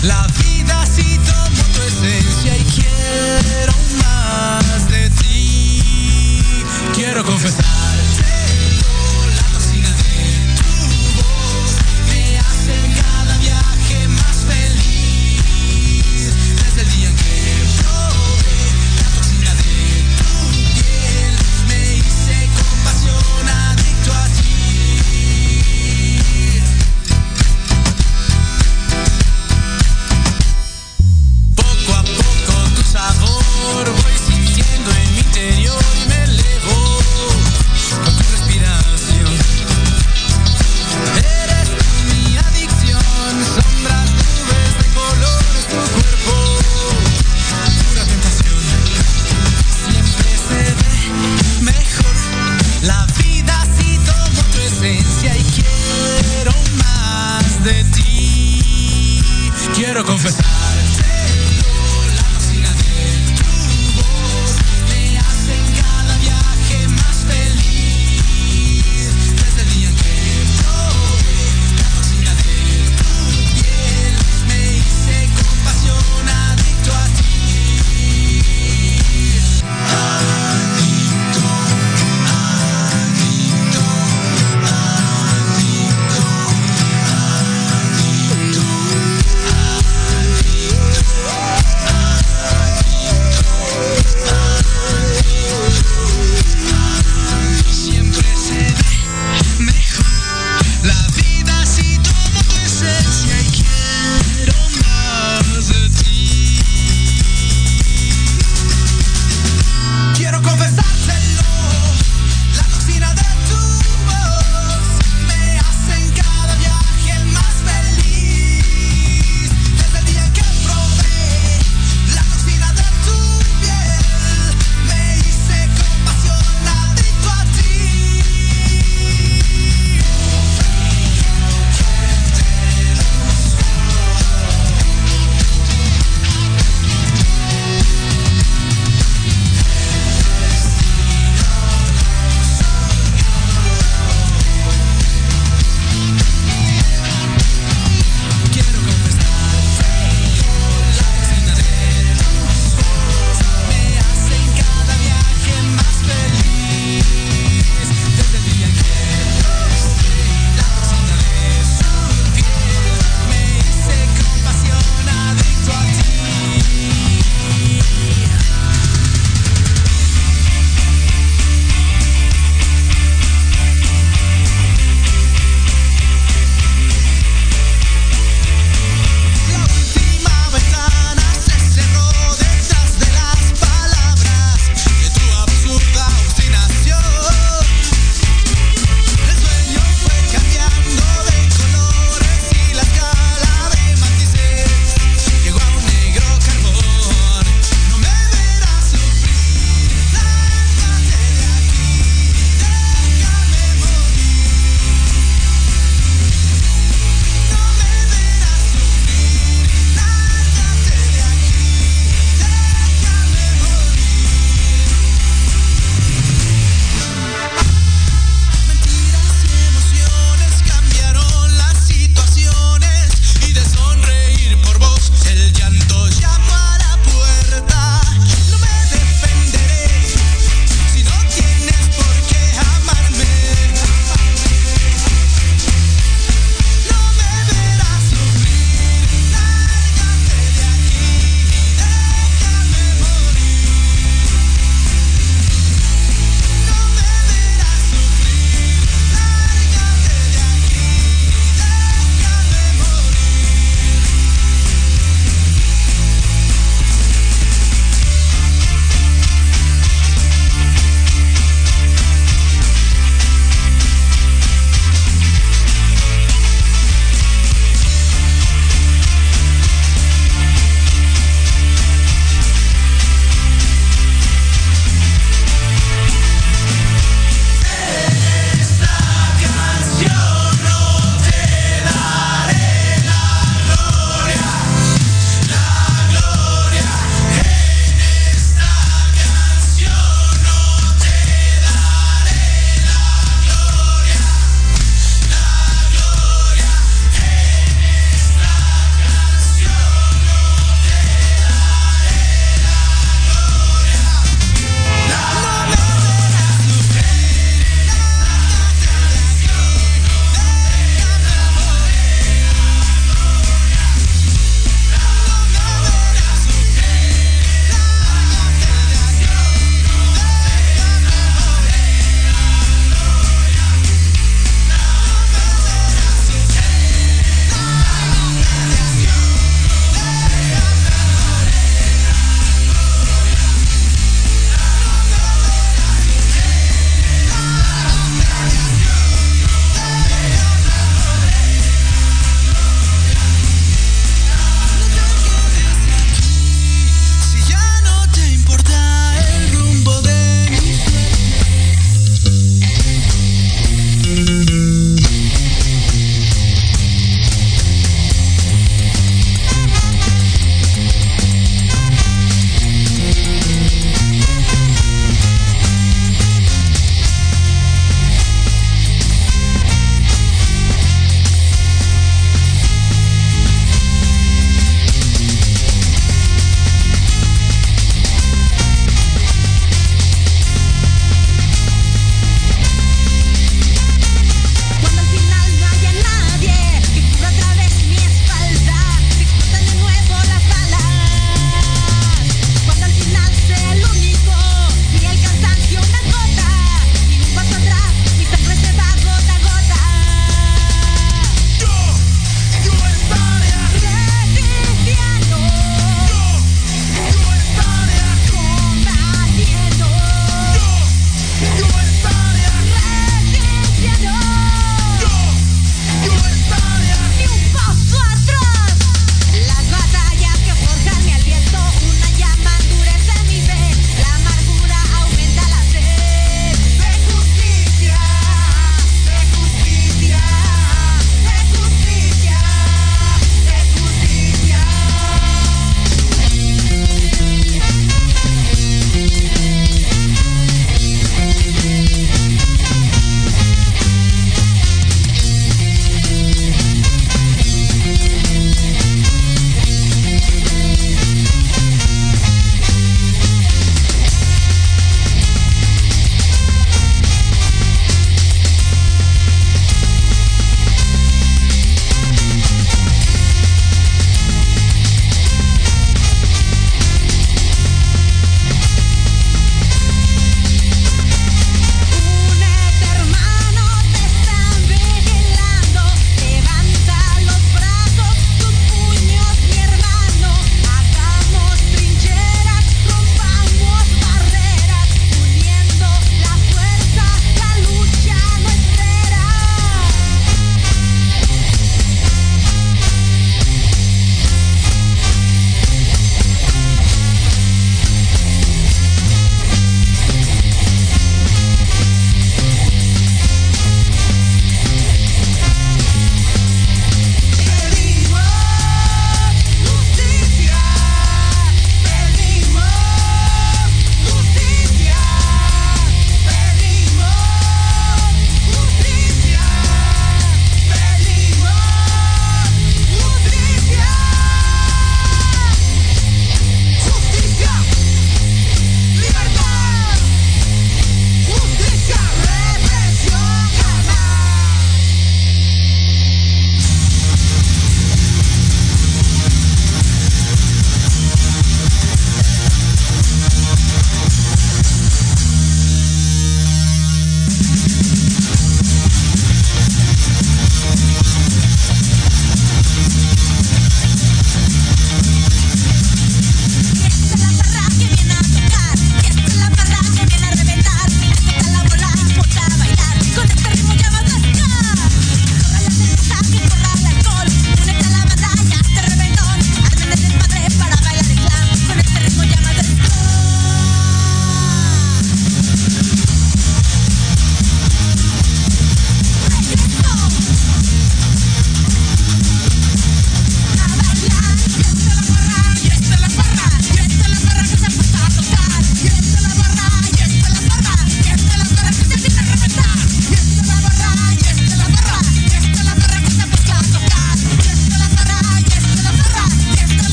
La vida sí tomó tu esencia y quiero más de ti. Quiero confesarte, la cocina de tu voz me hace en cada viaje más feliz. Desde el día en que probé la cocina de tu piel, me hice con pasión adicto a ti. Poco a poco tu sabor voy sintiendo en mi interior y me elevo con tu respiración. Eres tú mi adicción, sombras, nubes de colores, tu cuerpo, pura tentación. Siempre se ve mejor, la vida sí tomó tu esencia y quiero más de ti. Quiero confesarte.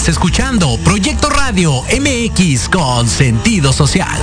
Estás escuchando Proyecto Radio MX con sentido social.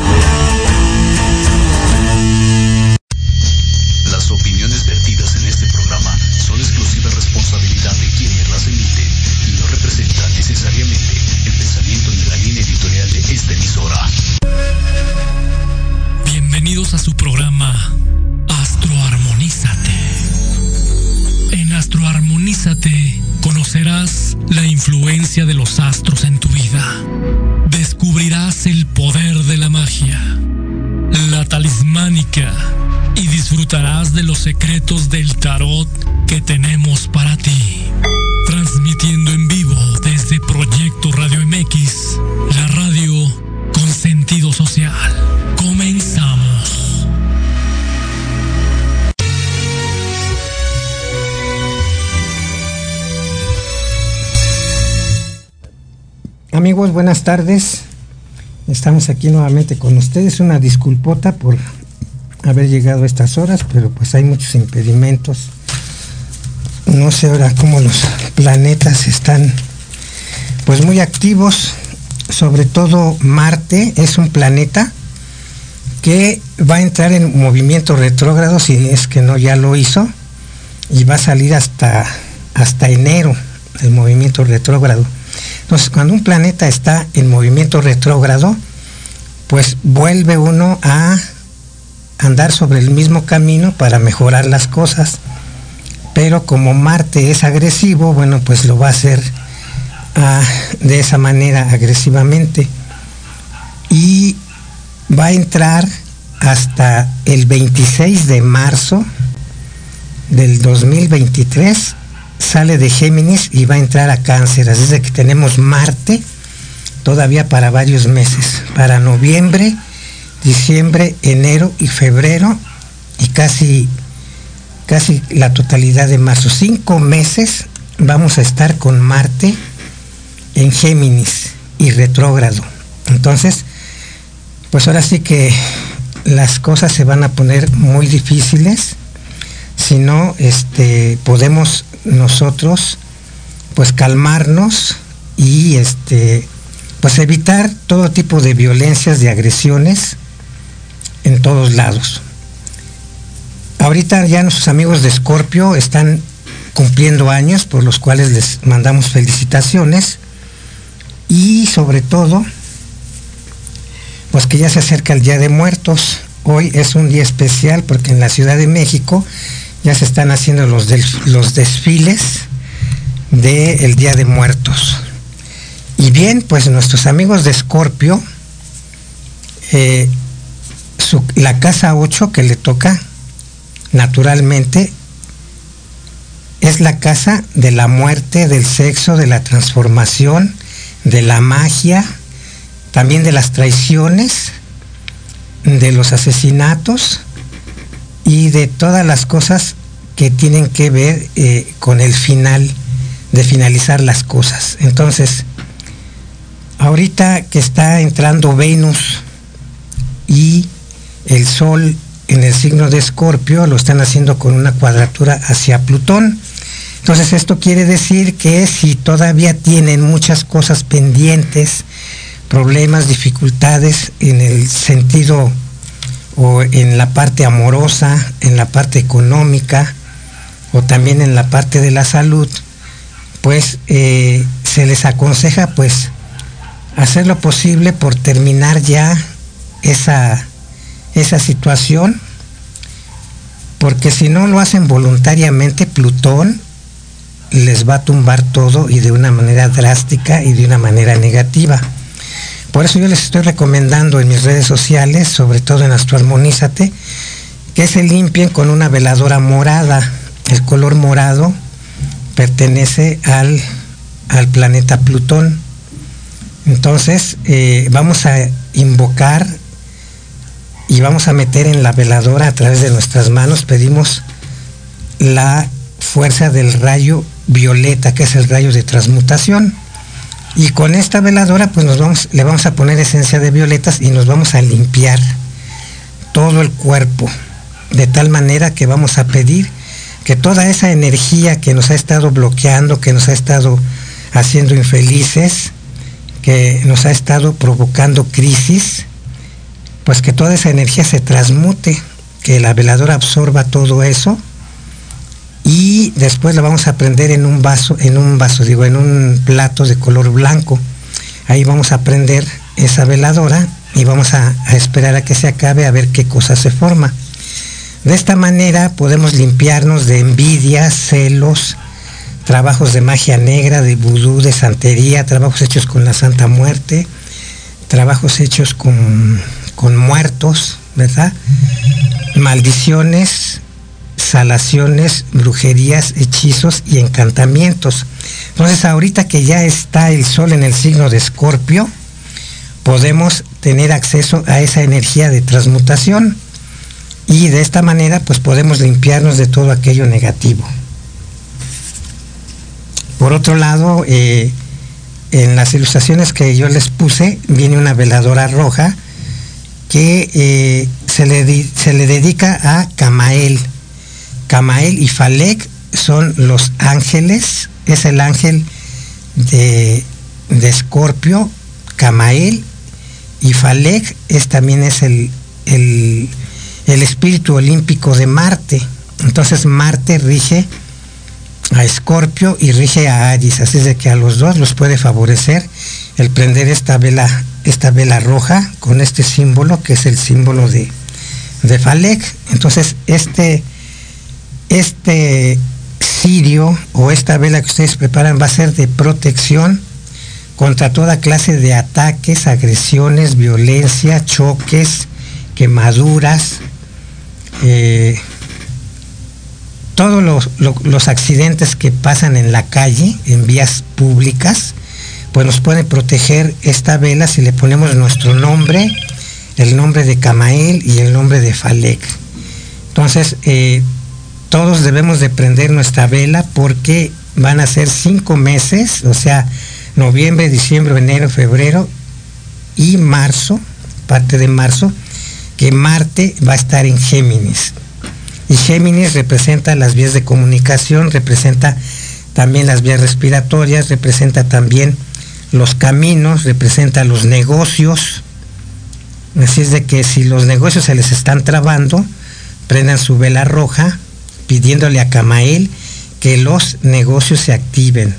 Las opiniones vertidas en este programa son exclusiva responsabilidad de quienes las emiten y no representan necesariamente el pensamiento ni la línea editorial de esta emisora. Bienvenidos a su programa Astroarmonízate. En Astroarmonízate conocerás la influencia de los astros en tu vida. Descubrirás el poder de la magia, la talismánica, y disfrutarás de los secretos del tarot que tenemos para ti. Transmitiendo en vivo desde Proyecto Radio MX, la radio con sentido social. Comenzamos. Amigos, buenas tardes. Estamos aquí nuevamente con ustedes. Una disculpota por haber llegado a estas horas, pero pues hay muchos impedimentos. No sé ahora cómo los planetas están pues muy activos. Sobre todo Marte es un planeta que va a entrar en movimiento retrógrado, si es que no ya lo hizo, y va a salir hasta enero el movimiento retrógrado. Entonces, cuando un planeta está en movimiento retrógrado, pues vuelve uno a andar sobre el mismo camino para mejorar las cosas. Pero como Marte es agresivo, bueno, pues lo va a hacer de esa manera, agresivamente. Y va a entrar hasta el 26 de marzo del 2023. Sale de Géminis y va a entrar a Cáncer. Así es que tenemos Marte todavía para varios meses, para noviembre, diciembre, enero y febrero, y casi la totalidad de marzo. 5 meses vamos a estar con Marte en Géminis y retrógrado. Entonces, pues ahora sí que las cosas se van a poner muy difíciles. Si no, podemos nosotros pues calmarnos y pues evitar todo tipo de violencias, de agresiones en todos lados. Ahorita ya nuestros amigos de Escorpio están cumpliendo años, por los cuales les mandamos felicitaciones, y sobre todo pues que ya se acerca el Día de Muertos. Hoy es un día especial porque en la Ciudad de México ya se están haciendo los desfiles del Día de Muertos. Y bien, pues nuestros amigos de Escorpio, la casa 8 que le toca, naturalmente, es la casa de la muerte, del sexo, de la transformación, de la magia, también de las traiciones, de los asesinatos y de todas las cosas que tienen que ver con el final, de finalizar las cosas. Entonces, ahorita que está entrando Venus y el Sol en el signo de Escorpio, lo están haciendo con una cuadratura hacia Plutón. Entonces, esto quiere decir que si todavía tienen muchas cosas pendientes, problemas, dificultades en el sentido o en la parte amorosa, en la parte económica o también en la parte de la salud, pues se les aconseja pues hacer lo posible por terminar ya esa situación, porque si no lo hacen voluntariamente, Plutón les va a tumbar todo, y de una manera drástica y de una manera negativa. Por eso yo les estoy recomendando en mis redes sociales, sobre todo en Astroarmonízate, que se limpien con una veladora morada. El color morado pertenece al planeta Plutón. Entonces vamos a invocar y vamos a meter en la veladora, a través de nuestras manos, pedimos la fuerza del rayo violeta, que es el rayo de transmutación. Y con esta veladora pues le vamos a poner esencia de violetas y nos vamos a limpiar todo el cuerpo, de tal manera que vamos a pedir que toda esa energía que nos ha estado bloqueando, que nos ha estado haciendo infelices, que nos ha estado provocando crisis, pues que toda esa energía se transmute, que la veladora absorba todo eso, y después la vamos a prender en un plato de color blanco. Ahí vamos a prender esa veladora y vamos a esperar a que se acabe, a ver qué cosa se forma. De esta manera podemos limpiarnos de envidia, celos, trabajos de magia negra, de vudú, de santería, trabajos hechos con la Santa Muerte, trabajos hechos con muertos, ¿verdad? Maldiciones, salaciones, brujerías, hechizos y encantamientos. Entonces, ahorita que ya está el sol en el signo de Escorpio, podemos tener acceso a esa energía de transmutación, y de esta manera pues podemos limpiarnos de todo aquello negativo. Por otro lado, en las ilustraciones que yo les puse viene una veladora roja que se le dedica a Camael. Camael y Falec son los ángeles, es el ángel de Escorpio, Camael, y Falec también es el espíritu olímpico de Marte. Entonces Marte rige a Escorpio y rige a Aries, así es de que a los dos los puede favorecer el prender esta vela roja con este símbolo, que es el símbolo de Falec. Entonces este cirio o esta vela que ustedes preparan va a ser de protección contra toda clase de ataques, agresiones, violencia, choques, quemaduras, todos los accidentes que pasan en la calle, en vías públicas, pues nos puede proteger esta vela si le ponemos nuestro nombre, el nombre de Camael y el nombre de Falec. Entonces, todos debemos de prender nuestra vela, porque van a ser 5 meses, o sea, noviembre, diciembre, enero, febrero y marzo, parte de marzo, que Marte va a estar en Géminis. Y Géminis representa las vías de comunicación, representa también las vías respiratorias, representa también los caminos, representa los negocios. Así es de que si los negocios se les están trabando, prendan su vela roja pidiéndole a Camael que los negocios se activen,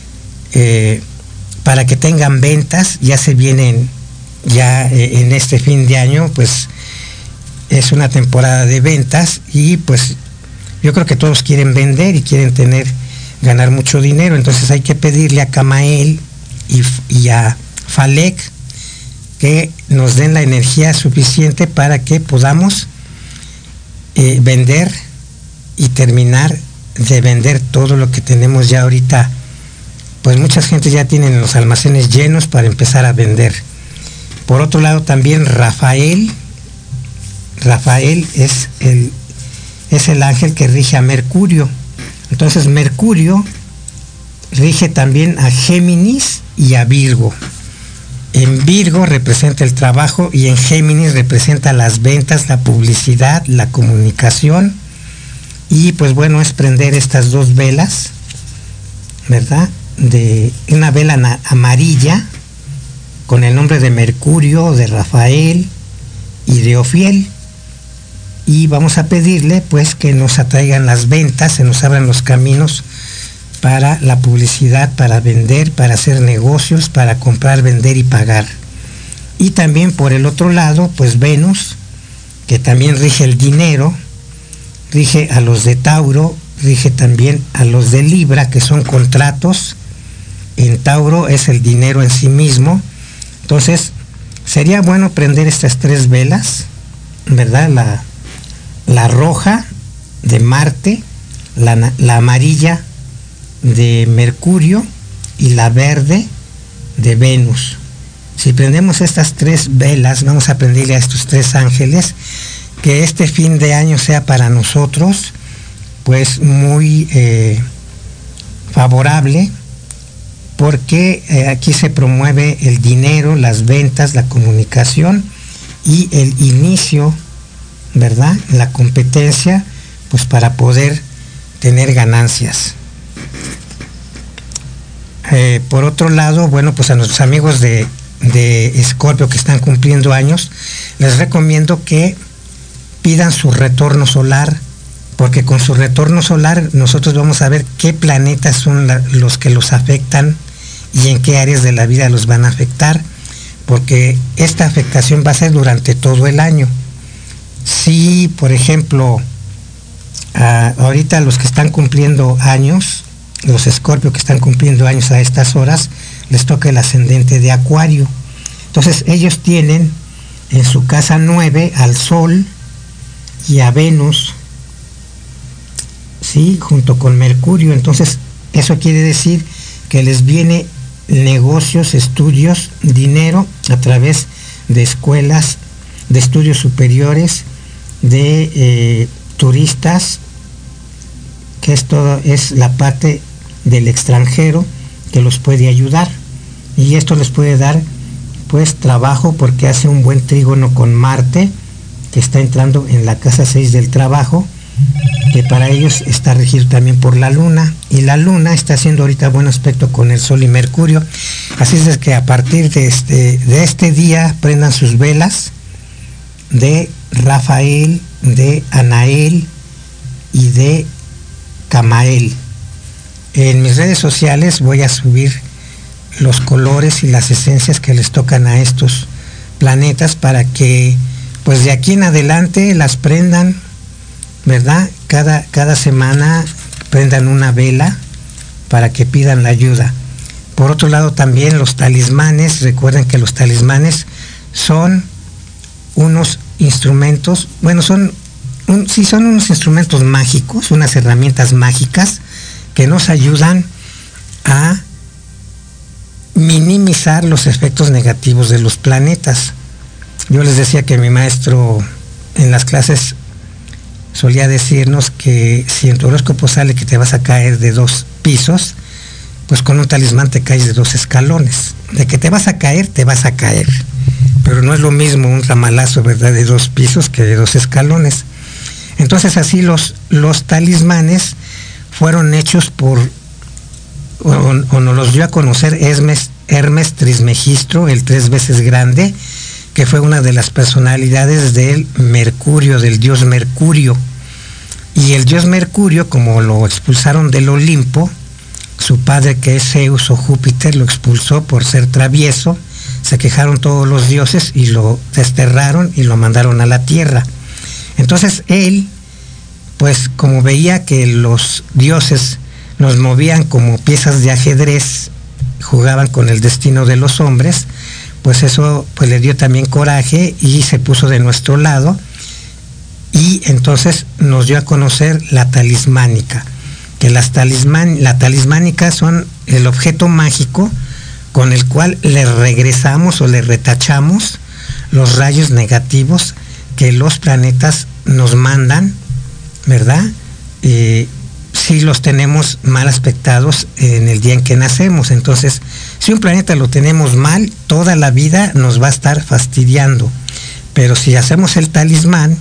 para que tengan ventas. Ya se vienen, en este fin de año, pues es una temporada de ventas, y pues yo creo que todos quieren vender y quieren ganar mucho dinero. Entonces hay que pedirle a Camael y a Falec que nos den la energía suficiente para que podamos vender y terminar de vender todo lo que tenemos ya ahorita. Pues muchas gentes ya tienen los almacenes llenos para empezar a vender. Por otro lado, también Rafael es el ángel que rige a Mercurio. Entonces Mercurio rige también a Géminis y a Virgo. En Virgo representa el trabajo y en Géminis representa las ventas, la publicidad, la comunicación. Y pues bueno, es prender estas dos velas, ¿verdad? De una vela amarilla con el nombre de Mercurio, de Rafael y de Ofiel. Y vamos a pedirle pues que nos atraigan las ventas, se nos abran los caminos para la publicidad, para vender, para hacer negocios, para comprar, vender y pagar. Y también por el otro lado, pues Venus, que también rige el dinero, rige a los de Tauro, rige también a los de Libra, que son contratos. En Tauro es el dinero en sí mismo. Entonces sería bueno prender estas 3 velas, ¿verdad? La roja de Marte, la amarilla de Mercurio y la verde de Venus. Si prendemos estas 3 velas, vamos a pedirle a estos 3 ángeles que este fin de año sea para nosotros pues muy favorable, porque aquí se promueve el dinero, las ventas, la comunicación y el inicio, ¿verdad? La competencia, pues para poder tener ganancias. Por otro lado, bueno, pues a nuestros amigos de Escorpio que están cumpliendo años, les recomiendo que pidan su retorno solar, porque con su retorno solar nosotros vamos a ver qué planetas son los que los afectan y en qué áreas de la vida los van a afectar, porque esta afectación va a ser durante todo el año. Si, por ejemplo, ahorita los que están cumpliendo años, los Escorpio que están cumpliendo años a estas horas, les toca el ascendente de Acuario. Entonces ellos tienen en su casa 9 al Sol y a Venus, ¿sí? Junto con Mercurio. Entonces eso quiere decir que les viene negocios, estudios, dinero a través de escuelas, de estudios superiores, de turistas, que esto es la parte del extranjero que los puede ayudar, y esto les puede dar pues trabajo, porque hace un buen trígono con Marte, que está entrando en la casa 6 del trabajo, que para ellos está regido también por la Luna, y la Luna está haciendo ahorita buen aspecto con el Sol y Mercurio. Así es que a partir de este día prendan sus velas de Rafael, de Anael y de Camael. En mis redes sociales voy a subir los colores y las esencias que les tocan a estos planetas, para que pues de aquí en adelante las prendan, ¿verdad? Cada semana prendan una vela para que pidan la ayuda. Por otro lado, también los talismanes. Recuerden que los talismanes son unos instrumentos, bueno, son unos instrumentos mágicos, unas herramientas mágicas que nos ayudan a minimizar los efectos negativos de los planetas. Yo les decía que mi maestro en las clases solía decirnos que si en tu horóscopo sale que te vas a caer de 2 pisos, pues con un talismán te caes de 2 escalones. De que te vas a caer, pero no es lo mismo un ramalazo, ¿verdad?, de 2 pisos que de 2 escalones. Entonces así los talismanes fueron hechos o nos los dio a conocer Hermes Trismegisto, el 3 veces grande, que fue una de las personalidades del Mercurio, del dios Mercurio. Y el dios Mercurio, como lo expulsaron del Olimpo, su padre, que es Zeus o Júpiter, lo expulsó por ser travieso. Se quejaron todos los dioses y lo desterraron y lo mandaron a la tierra. Entonces él, pues como veía que los dioses nos movían como piezas de ajedrez, jugaban con el destino de los hombres, pues eso pues le dio también coraje y se puso de nuestro lado, y entonces nos dio a conocer la talismánica, que la talismánica son el objeto mágico con el cual le regresamos o le retachamos los rayos negativos que los planetas nos mandan, ¿verdad? Si los tenemos mal aspectados en el día en que nacemos. Entonces, si un planeta lo tenemos mal, toda la vida nos va a estar fastidiando. Pero si hacemos el talismán,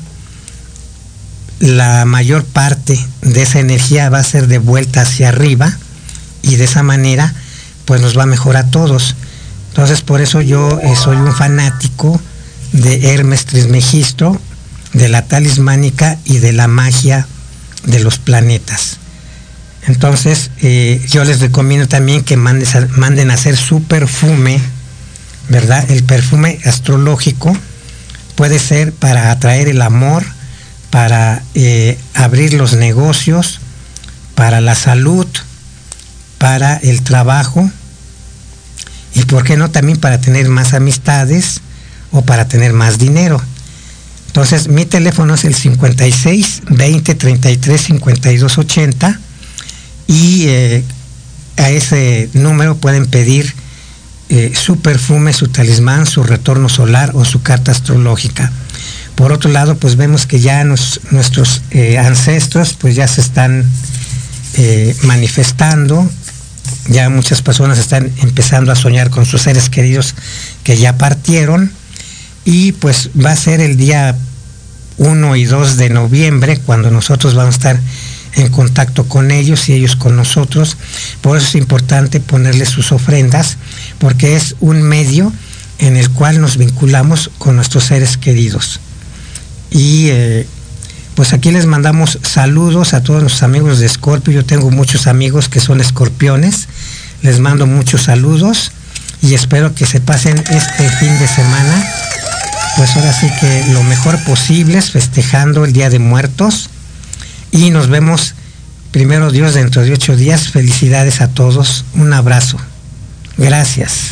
la mayor parte de esa energía va a ser de vuelta hacia arriba, y de esa manera pues nos va mejor a todos. Entonces por eso yo soy un fanático de Hermes Trismegisto, de la talismánica y de la magia de los planetas. Entonces yo les recomiendo también que manden a hacer su perfume, ¿verdad? El perfume astrológico puede ser para atraer el amor, para abrir los negocios, para la salud, para el trabajo, y por qué no también para tener más amistades o para tener más dinero. Entonces mi teléfono es el 56 20 33 52 80, y a ese número pueden pedir su perfume, su talismán, su retorno solar o su carta astrológica. Por otro lado, pues vemos que ya nuestros ancestros pues ya se están manifestando. Ya muchas personas están empezando a soñar con sus seres queridos que ya partieron, y pues va a ser el día 1 y 2 de noviembre cuando nosotros vamos a estar en contacto con ellos y ellos con nosotros. Por eso es importante ponerles sus ofrendas, porque es un medio en el cual nos vinculamos con nuestros seres queridos. Y pues aquí les mandamos saludos a todos nuestros amigos de Escorpio. Yo tengo muchos amigos que son escorpiones, les mando muchos saludos y espero que se pasen este fin de semana, pues ahora sí que lo mejor posible, festejando el Día de Muertos, y nos vemos primero Dios dentro de 8 días. Felicidades a todos, un abrazo, gracias.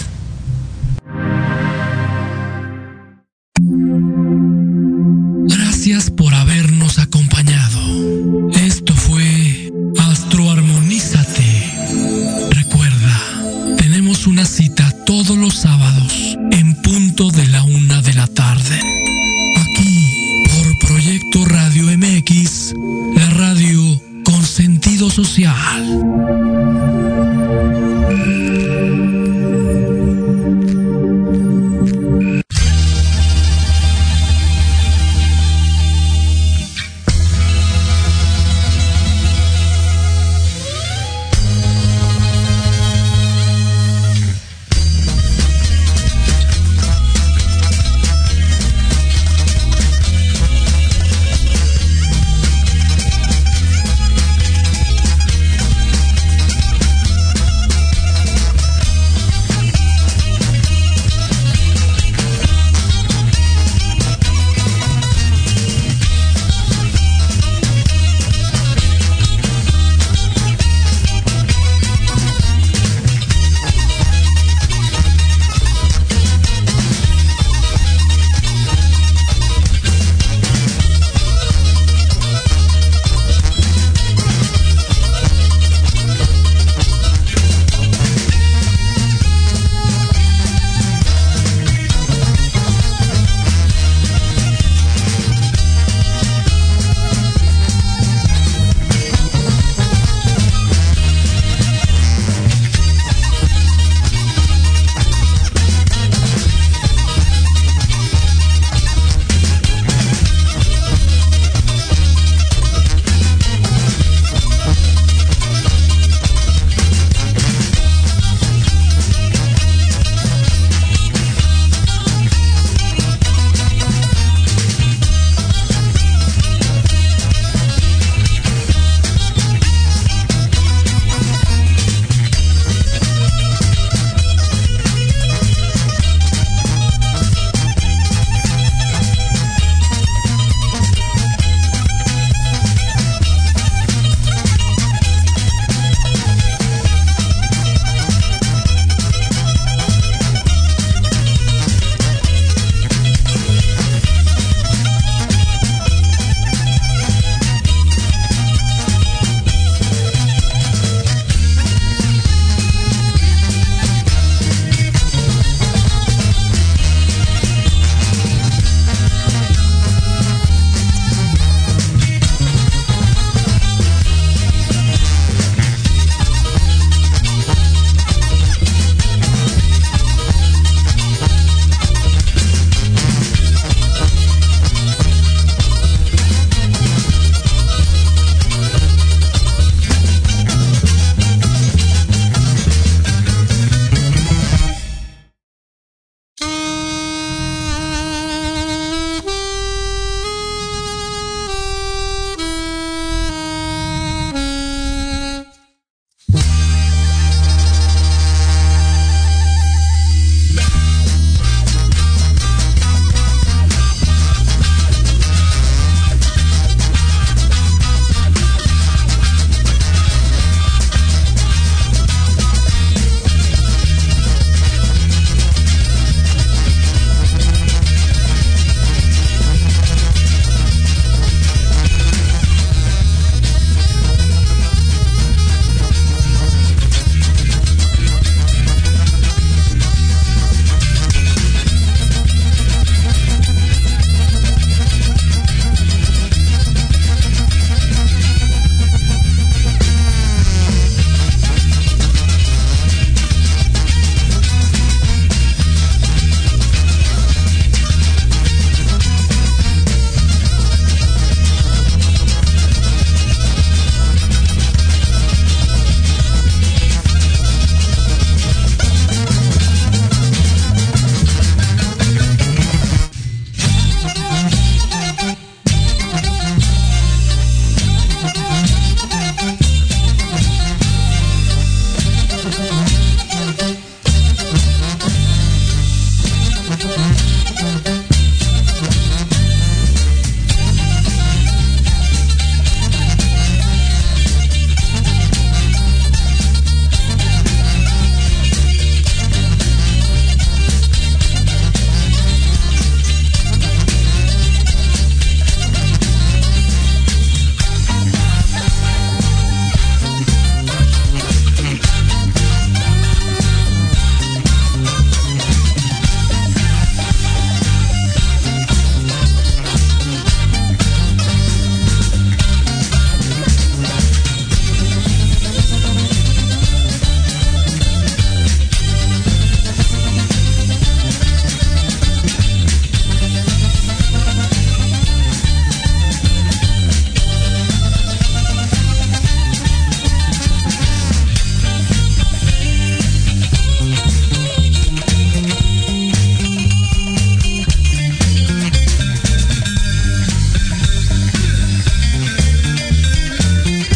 Gracias por habernos acompañado. Esto fue Astroarmonízate. Recuerda, tenemos una cita todos los sábados en punto de la 1 de la tarde. Aquí por Proyecto Radio MX, la radio con sentido social.